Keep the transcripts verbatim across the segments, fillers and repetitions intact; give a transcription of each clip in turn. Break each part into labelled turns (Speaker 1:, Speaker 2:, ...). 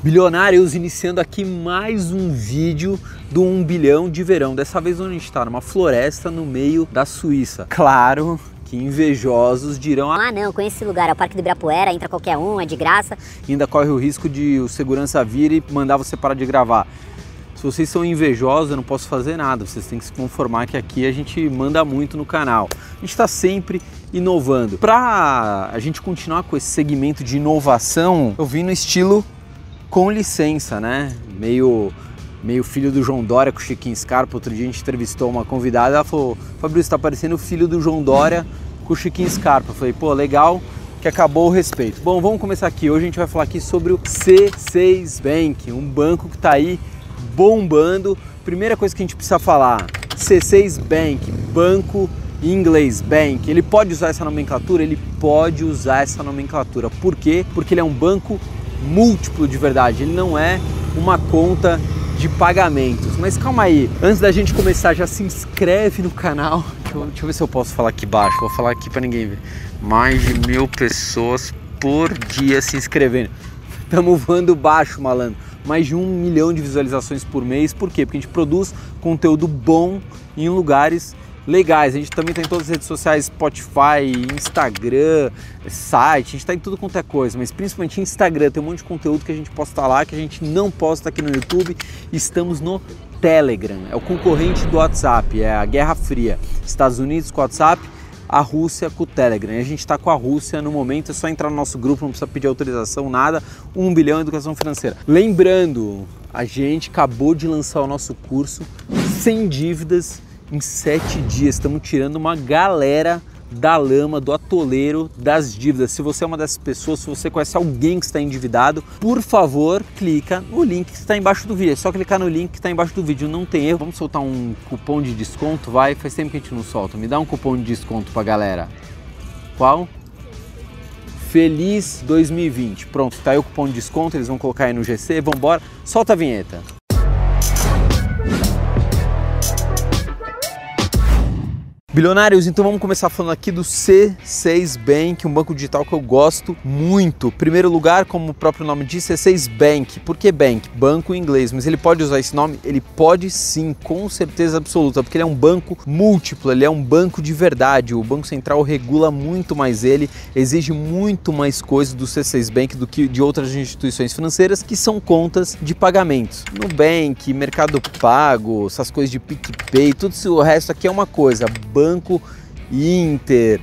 Speaker 1: Bilionários, iniciando aqui mais um vídeo do um bilhão de verão. Dessa vez onde a gente está, numa floresta no meio da Suíça. Claro que invejosos dirão:
Speaker 2: ah não, conheço esse lugar, é o Parque do Ibirapuera, entra qualquer um, é de graça.
Speaker 1: E ainda corre o risco de o segurança vir e mandar você parar de gravar. Se vocês são invejosos, eu não posso fazer nada, vocês têm que se conformar que aqui a gente manda muito no canal. A gente está sempre inovando. Para a gente continuar com esse segmento de inovação, eu vim no estilo com licença, né? Meio, meio filho do João Dória com o Chiquinho Scarpa. Outro dia a gente entrevistou uma convidada, ela falou: Fabrício, tá parecendo o filho do João Dória com o Chiquinho Scarpa. Eu falei: pô, legal que acabou o respeito. Bom, vamos começar aqui. Hoje a gente vai falar aqui sobre o C seis Bank, um banco que tá aí bombando. Primeira coisa que a gente precisa falar: C seis Bank, banco em inglês, bank. Ele pode usar essa nomenclatura? Ele pode usar essa nomenclatura. Por quê? Porque ele é um banco múltiplo de verdade, ele não é uma conta de pagamentos. Mas calma aí, antes da gente começar, já se inscreve no canal. Deixa eu, deixa eu ver se eu posso falar aqui baixo, vou falar aqui para ninguém ver. Mais de mil pessoas por dia se inscrevendo. Estamos voando baixo, malandro. Mais de um milhão de visualizações por mês. Por quê? Porque a gente produz conteúdo bom em lugares legais. A gente também está em todas as redes sociais, Spotify, Instagram, site, a gente está em tudo quanto é coisa, mas principalmente Instagram, tem um monte de conteúdo que a gente posta lá, que a gente não posta aqui no YouTube. Estamos no Telegram, é o concorrente do WhatsApp, é a Guerra Fria. Estados Unidos com o WhatsApp, a Rússia com o Telegram. E a gente está com a Rússia no momento, é só entrar no nosso grupo, não precisa pedir autorização, nada. um bilhão Educação Financeira. Lembrando, a gente acabou de lançar o nosso curso Sem Dívidas em sete dias. Estamos tirando uma galera da lama, do atoleiro das dívidas. Se você é uma dessas pessoas, se você conhece alguém que está endividado, por favor, clica no link que está embaixo do vídeo. É só clicar no link que está embaixo do vídeo, não tem erro. Vamos soltar um cupom de desconto, vai? Faz tempo que a gente não solta. Me dá um cupom de desconto pra galera. Qual? Feliz dois mil e vinte. Pronto, tá aí o cupom de desconto, eles vão colocar aí no G C. Vambora, solta a vinheta. Bilionários, então vamos começar falando aqui do C seis Bank, um banco digital que eu gosto muito. Primeiro lugar, como o próprio nome diz, C seis Bank. Por que Bank? Banco em inglês, mas ele pode usar esse nome? Ele pode sim, com certeza absoluta, porque ele é um banco múltiplo, ele é um banco de verdade. O Banco Central regula muito mais ele, exige muito mais coisas do C seis Bank do que de outras instituições financeiras, que são contas de pagamentos. Nubank, Mercado Pago, essas coisas de PicPay, tudo isso, o resto aqui é uma coisa. Banco Inter,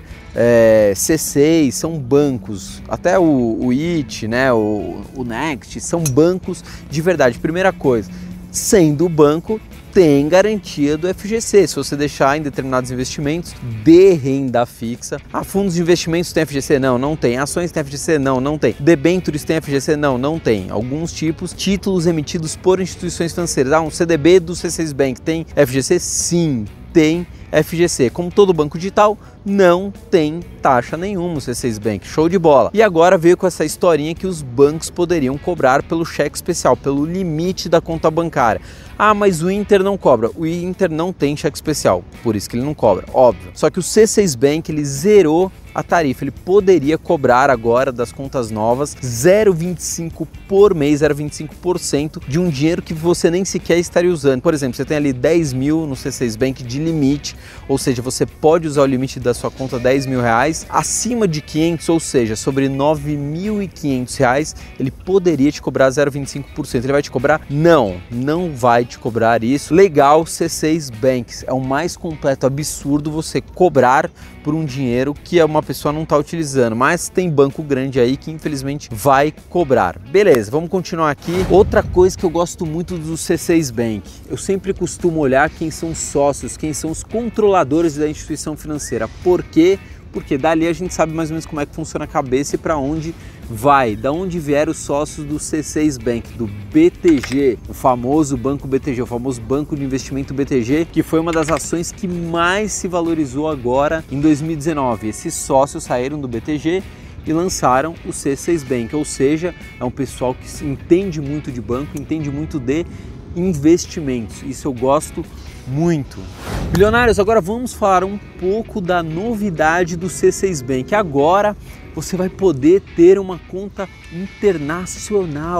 Speaker 1: é, C seis, são bancos, até o, o I T, né, o, o Next, são bancos de verdade. Primeira coisa, sendo banco, tem garantia do F G C, se você deixar em determinados investimentos de renda fixa. Ah, fundos de investimentos tem F G C? Não, não tem. Ações tem F G C? Não, não tem. Debêntures tem F G C? Não, não tem. Alguns tipos, títulos emitidos por instituições financeiras. Ah, um C D B do C seis Bank tem F G C? Sim, tem F G C. Como todo banco digital, não tem taxa nenhuma o C seis Bank. Show de bola. E agora veio com essa historinha que os bancos poderiam cobrar pelo cheque especial, pelo limite da conta bancária. Ah, mas o Inter não cobra. O Inter não tem cheque especial, por isso que ele não cobra, óbvio. Só que o C seis Bank, ele zerou a tarifa, ele poderia cobrar agora das contas novas zero vírgula vinte e cinco por mês, zero vírgula vinte e cinco por cento de um dinheiro que você nem sequer estaria usando. Por exemplo, você tem ali dez mil no C seis Bank de limite, ou seja, você pode usar o limite da sua conta dez mil reais, acima de quinhentos, ou seja, sobre nove mil e quinhentos reais, ele poderia te cobrar zero vírgula vinte e cinco por cento. Ele vai te cobrar? Não, não vai te cobrar isso. Legal, C seis Bank, é o mais completo absurdo você cobrar por um dinheiro que uma pessoa não está utilizando, mas tem banco grande aí que infelizmente vai cobrar. Beleza, vamos continuar aqui. Outra coisa que eu gosto muito do C seis Bank, eu sempre costumo olhar quem são os sócios, quem são os controladores da instituição financeira. Por quê? Porque dali a gente sabe mais ou menos como é que funciona a cabeça e para onde vai, da onde vieram os sócios do C seis Bank, do B T G, o famoso Banco B T G, o famoso Banco de Investimento B T G, que foi uma das ações que mais se valorizou agora em dois mil e dezenove. Esses sócios saíram do B T G e lançaram o C seis Bank, ou seja, é um pessoal que entende muito de banco, entende muito de investimentos. Isso eu gosto muito. Bilionários, agora vamos falar um pouco da novidade do C seis Bank. Agora você vai poder ter uma conta internacional,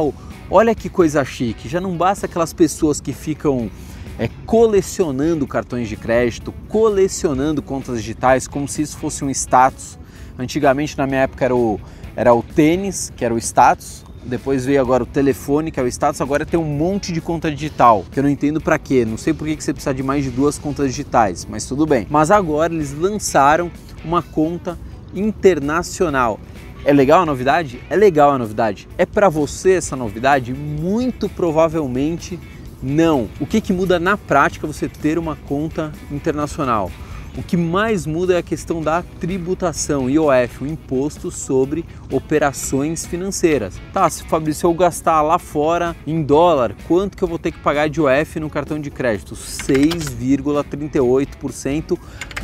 Speaker 1: Olha que coisa chique, já não basta aquelas pessoas que ficam é, colecionando cartões de crédito, colecionando contas digitais como se isso fosse um status. Antigamente, na minha época, era o, era o tênis, que era o status. Depois veio agora o telefone, que é o status. Agora tem um monte de conta digital, que eu não entendo pra quê. Não sei por que você precisa de mais de duas contas digitais, mas tudo bem. Mas agora eles lançaram uma conta internacional. É legal a novidade? É legal a novidade. É para você essa novidade? Muito provavelmente não. O que que muda na prática você ter uma conta internacional? O que mais muda é a questão da tributação, I O F, o Imposto sobre Operações Financeiras. Tá, se Fabrício, se eu gastar lá fora em dólar, quanto que eu vou ter que pagar de I O F no cartão de crédito? seis vírgula trinta e oito por cento,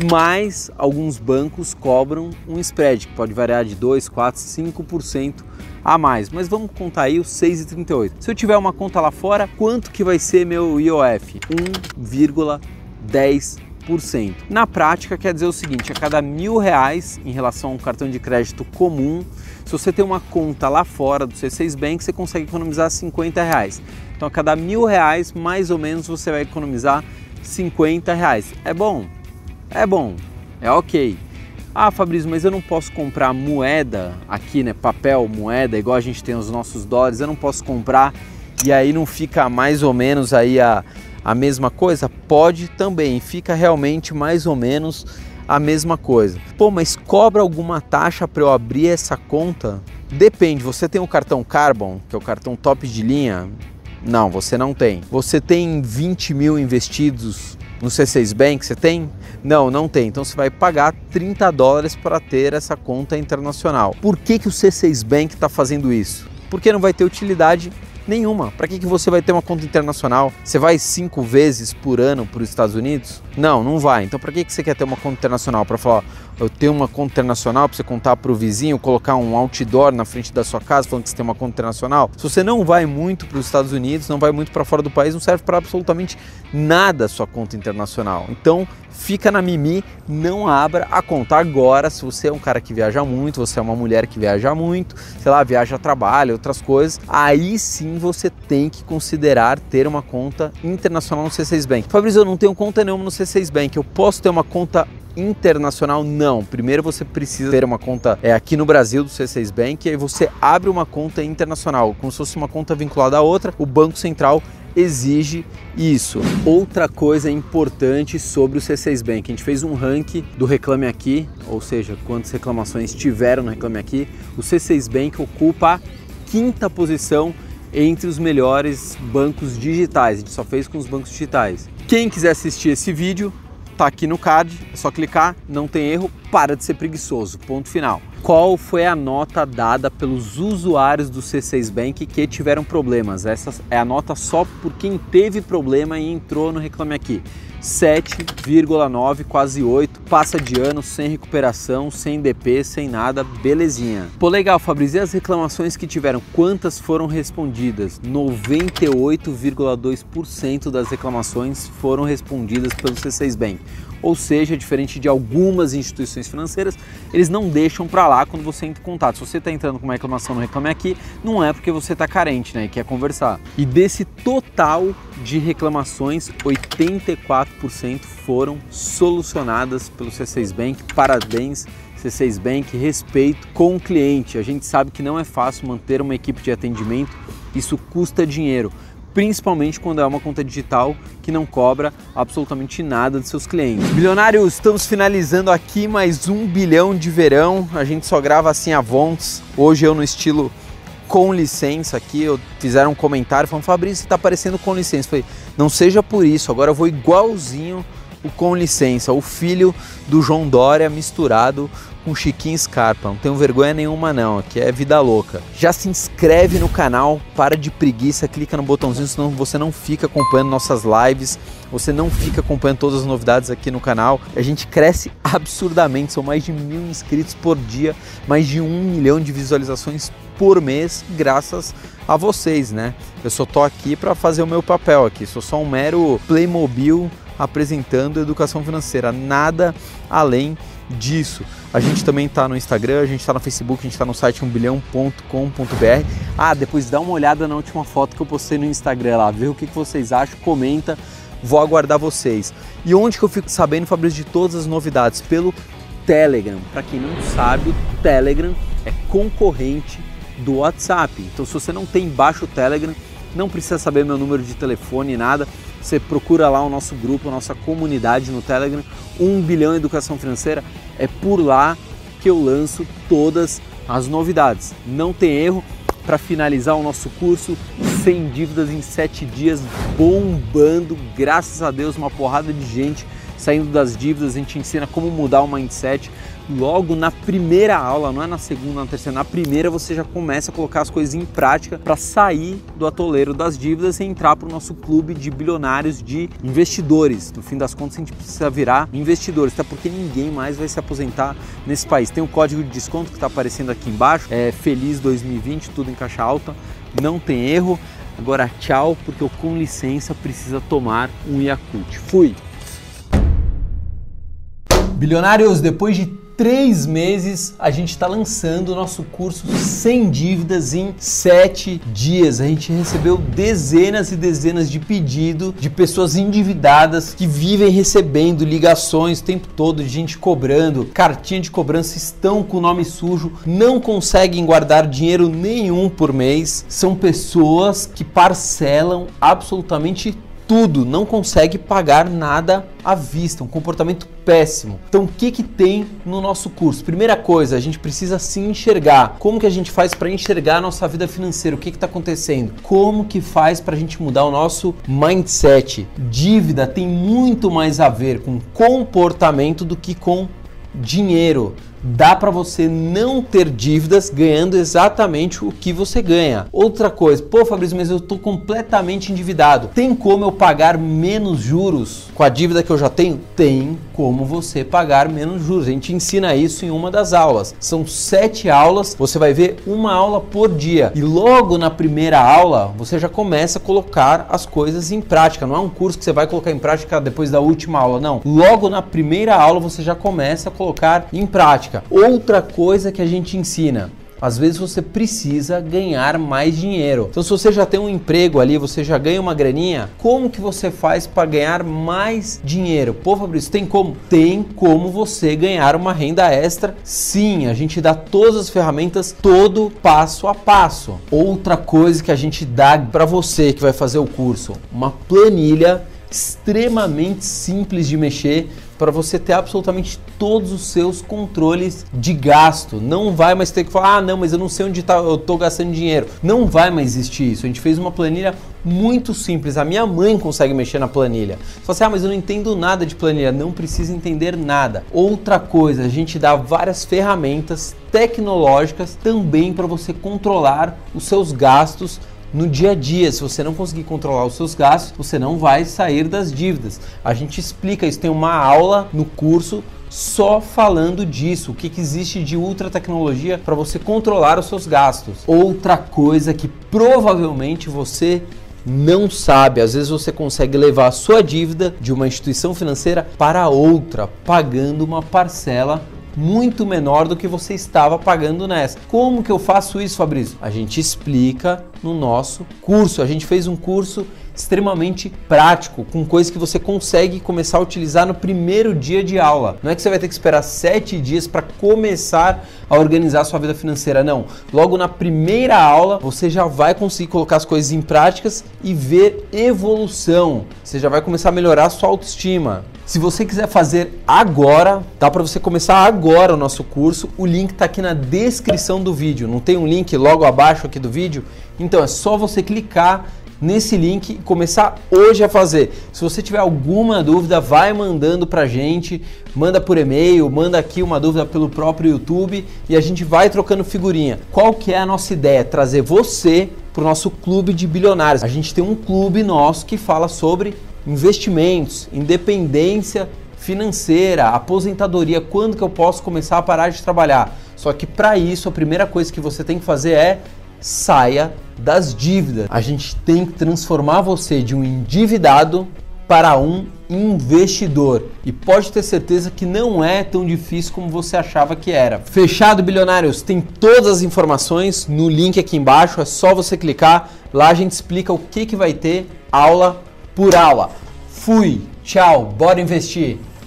Speaker 1: mas alguns bancos cobram um spread, que pode variar de dois, quatro, cinco por cento a mais. Mas vamos contar aí os seis vírgula trinta e oito por cento. Se eu tiver uma conta lá fora, quanto que vai ser meu I O F? um vírgula dez por cento. Na prática, quer dizer o seguinte: a cada mil reais em relação a um cartão de crédito comum, se você tem uma conta lá fora do C seis Bank, você consegue economizar cinquenta reais. Então, a cada mil reais, mais ou menos, você vai economizar cinquenta reais. É bom? É bom, é ok. Ah, Fabrício, mas eu não posso comprar moeda aqui, né? Papel, moeda, igual a gente tem os nossos dólares, eu não posso comprar e aí não fica mais ou menos aí a... a mesma coisa? Pode também, fica realmente mais ou menos a mesma coisa. Pô, mas cobra alguma taxa para eu abrir essa conta? Depende, você tem o cartão Carbon, que é o cartão top de linha? Não, você não tem. Você tem vinte mil investidos no C seis Bank, você tem? Não, não tem. Então você vai pagar trinta dólares para ter essa conta internacional. Por que que o C seis Bank está fazendo isso? Porque não vai ter utilidade nenhuma. Para que que você vai ter uma conta internacional? Você vai cinco vezes por ano para os Estados Unidos? Não, não vai. Então para que que você quer ter uma conta internacional? Para falar, eu tenho uma conta internacional para você contar para o vizinho, colocar um outdoor na frente da sua casa falando que você tem uma conta internacional? Se você não vai muito para os Estados Unidos, não vai muito para fora do país, não serve para absolutamente nada a sua conta internacional. Então fica na mimi, não abra a conta agora. Se você é um cara que viaja muito, você é uma mulher que viaja muito, sei lá, viaja a trabalho, outras coisas, aí sim você tem que considerar ter uma conta internacional no C seis Bank. Fabrício, eu não tenho conta nenhuma no C seis Bank, eu posso ter uma conta internacional? Não. Primeiro você precisa ter uma conta é, aqui no Brasil do C seis Bank, e aí você abre uma conta internacional, como se fosse uma conta vinculada à outra. O Banco Central exige isso. Outra coisa importante sobre o C seis Bank, a gente fez um ranking do Reclame Aqui, ou seja, quantas reclamações tiveram no Reclame Aqui. O C seis Bank ocupa a quinta posição entre os melhores bancos digitais. A gente só fez com os bancos digitais. Quem quiser assistir esse vídeo, tá aqui no card, é só clicar, não tem erro, para de ser preguiçoso, ponto final. Qual foi a nota dada pelos usuários do C seis Bank que tiveram problemas? Essa é a nota só por quem teve problema e entrou no Reclame Aqui. sete vírgula nove, quase oito, passa de ano, sem recuperação, sem D P, sem nada, belezinha. Pô, legal, Fabrício, e as reclamações que tiveram, quantas foram respondidas? noventa e oito vírgula dois por cento das reclamações foram respondidas pelo C seis Bank. Ou seja, diferente de algumas instituições financeiras, eles não deixam para lá quando você entra em contato. Se você está entrando com uma reclamação no Reclame Aqui, não é porque você está carente, né, e quer conversar. E desse total de reclamações, oitenta e quatro por cento foram solucionadas pelo C seis Bank. Parabéns, C seis Bank, respeito com o cliente. A gente sabe que não é fácil manter uma equipe de atendimento, isso custa dinheiro, principalmente quando é uma conta digital que não cobra absolutamente nada de seus clientes. Bilionários, estamos finalizando aqui mais um bilhão de verão. A gente só grava assim a vontes. Hoje eu no estilo com licença aqui, eu fizeram um comentário falando, Fabrício, você tá parecendo com licença. Eu falei, não seja por isso, agora eu vou igualzinho o com licença, o filho do João Dória misturado com Chiquinho Scarpa. Não tenho vergonha nenhuma não, aqui é vida louca. Já se inscreve no canal, para de preguiça, clica no botãozinho, senão você não fica acompanhando nossas lives, você não fica acompanhando todas as novidades aqui no canal. A gente cresce absurdamente, são mais de mil inscritos por dia, mais de um milhão de visualizações por mês, graças a vocês, né? Eu só tô aqui para fazer o meu papel aqui, sou só um mero Playmobil apresentando educação financeira, nada além disso. A gente também está no Instagram, a gente está no Facebook, a gente está no site um bilhão ponto com ponto b r. Ah, depois dá uma olhada na última foto que eu postei no Instagram lá, vê o que vocês acham, comenta, vou aguardar vocês. E onde que eu fico sabendo, Fabrício, de todas as novidades? Pelo Telegram. Para quem não sabe, o Telegram é concorrente do WhatsApp. Então, se você não tem, baixa o Telegram, não precisa saber meu número de telefone, nada. Você procura lá o nosso grupo, a nossa comunidade no Telegram, um bilhão Educação Financeira. É por lá que eu lanço todas as novidades. Não tem erro. Para finalizar o nosso curso, sem dívidas em sete dias, bombando, graças a Deus, uma porrada de gente saindo das dívidas. A gente ensina como mudar o mindset. Logo na primeira aula, não é na segunda, na terceira, na primeira você já começa a colocar as coisas em prática para sair do atoleiro das dívidas e entrar para o nosso clube de bilionários, de investidores. No fim das contas, a gente precisa virar investidores, até porque ninguém mais vai se aposentar nesse país. Tem um código de desconto que está aparecendo aqui embaixo, é Feliz dois mil e vinte, tudo em caixa alta, não tem erro. Agora tchau, porque eu, com licença, precisa tomar um Yakult. Fui! Bilionários, depois de três meses, a gente está lançando o nosso curso Sem Dívidas em sete dias. A gente recebeu dezenas e dezenas de pedidos de pessoas endividadas que vivem recebendo ligações o tempo todo, de gente cobrando, cartinha de cobrança, estão com o nome sujo, não conseguem guardar dinheiro nenhum por mês. São pessoas que parcelam absolutamente tudo, não consegue pagar nada à vista, um comportamento péssimo. Então o que que tem no nosso curso? Primeira coisa, a gente precisa se enxergar. Como que a gente faz para enxergar a nossa vida financeira? O que que está acontecendo? Como que faz para a gente mudar o nosso mindset? Dívida tem muito mais a ver com comportamento do que com dinheiro. Dá para você não ter dívidas ganhando exatamente o que você ganha. Outra coisa, pô Fabrício, mas eu estou completamente endividado. Tem como eu pagar menos juros com a dívida que eu já tenho? Tem como você pagar menos juros. A gente ensina isso em uma das aulas. São sete aulas, você vai ver uma aula por dia. E logo na primeira aula, você já começa a colocar as coisas em prática. Não é um curso que você vai colocar em prática depois da última aula, não. Logo na primeira aula, você já começa a colocar em prática. Outra coisa que a gente ensina, às vezes você precisa ganhar mais dinheiro. Então se você já tem um emprego ali, você já ganha uma graninha, como que você faz para ganhar mais dinheiro? Pô Fabrício, tem como? Tem como você ganhar uma renda extra? Sim, a gente dá todas as ferramentas, todo passo a passo. Outra coisa que a gente dá para você que vai fazer o curso, uma planilha extremamente simples de mexer, para você ter absolutamente todos os seus controles de gasto. Não vai mais ter que falar, ah não, mas eu não sei onde tá, eu estou gastando dinheiro. Não vai mais existir isso. A gente fez uma planilha muito simples. A minha mãe consegue mexer na planilha. Você fala assim, ah, mas eu não entendo nada de planilha. Não precisa entender nada. Outra coisa, a gente dá várias ferramentas tecnológicas também para você controlar os seus gastos no dia a dia. Se você não conseguir controlar os seus gastos, você não vai sair das dívidas. A gente explica isso, tem uma aula no curso só falando disso, o que, que existe de ultra tecnologia para você controlar os seus gastos. Outra coisa que provavelmente você não sabe, às vezes você consegue levar a sua dívida de uma instituição financeira para outra, pagando uma parcela muito menor do que você estava pagando nessa. Como que eu faço isso, Fabrício? A gente explica no nosso curso. A gente fez um curso extremamente prático, com coisas que você consegue começar a utilizar no primeiro dia de aula. Não é que você vai ter que esperar sete dias para começar a organizar a sua vida financeira, não. Logo na primeira aula, você já vai conseguir colocar as coisas em práticas e ver evolução. Você já vai começar a melhorar a sua autoestima. Se você quiser fazer agora, dá para você começar agora o nosso curso. O link está aqui na descrição do vídeo. Não tem um link logo abaixo aqui do vídeo? Então é só você clicar nesse link e começar hoje a fazer. Se você tiver alguma dúvida, vai mandando pra gente, manda por e-mail, manda aqui uma dúvida pelo próprio YouTube e a gente vai trocando figurinha. Qual que é a nossa ideia? Trazer você pro nosso clube de bilionários. A gente tem um clube nosso que fala sobre investimentos, independência financeira, aposentadoria, quando que eu posso começar a parar de trabalhar. Só que para isso a primeira coisa que você tem que fazer é saia das dívidas. A gente tem que transformar você de um endividado para um investidor. E pode ter certeza que não é tão difícil como você achava que era. Fechado, bilionários? Tem todas as informações no link aqui embaixo, é só você clicar. Lá a gente explica o que, que vai ter aula por aula. Fui, tchau, bora investir!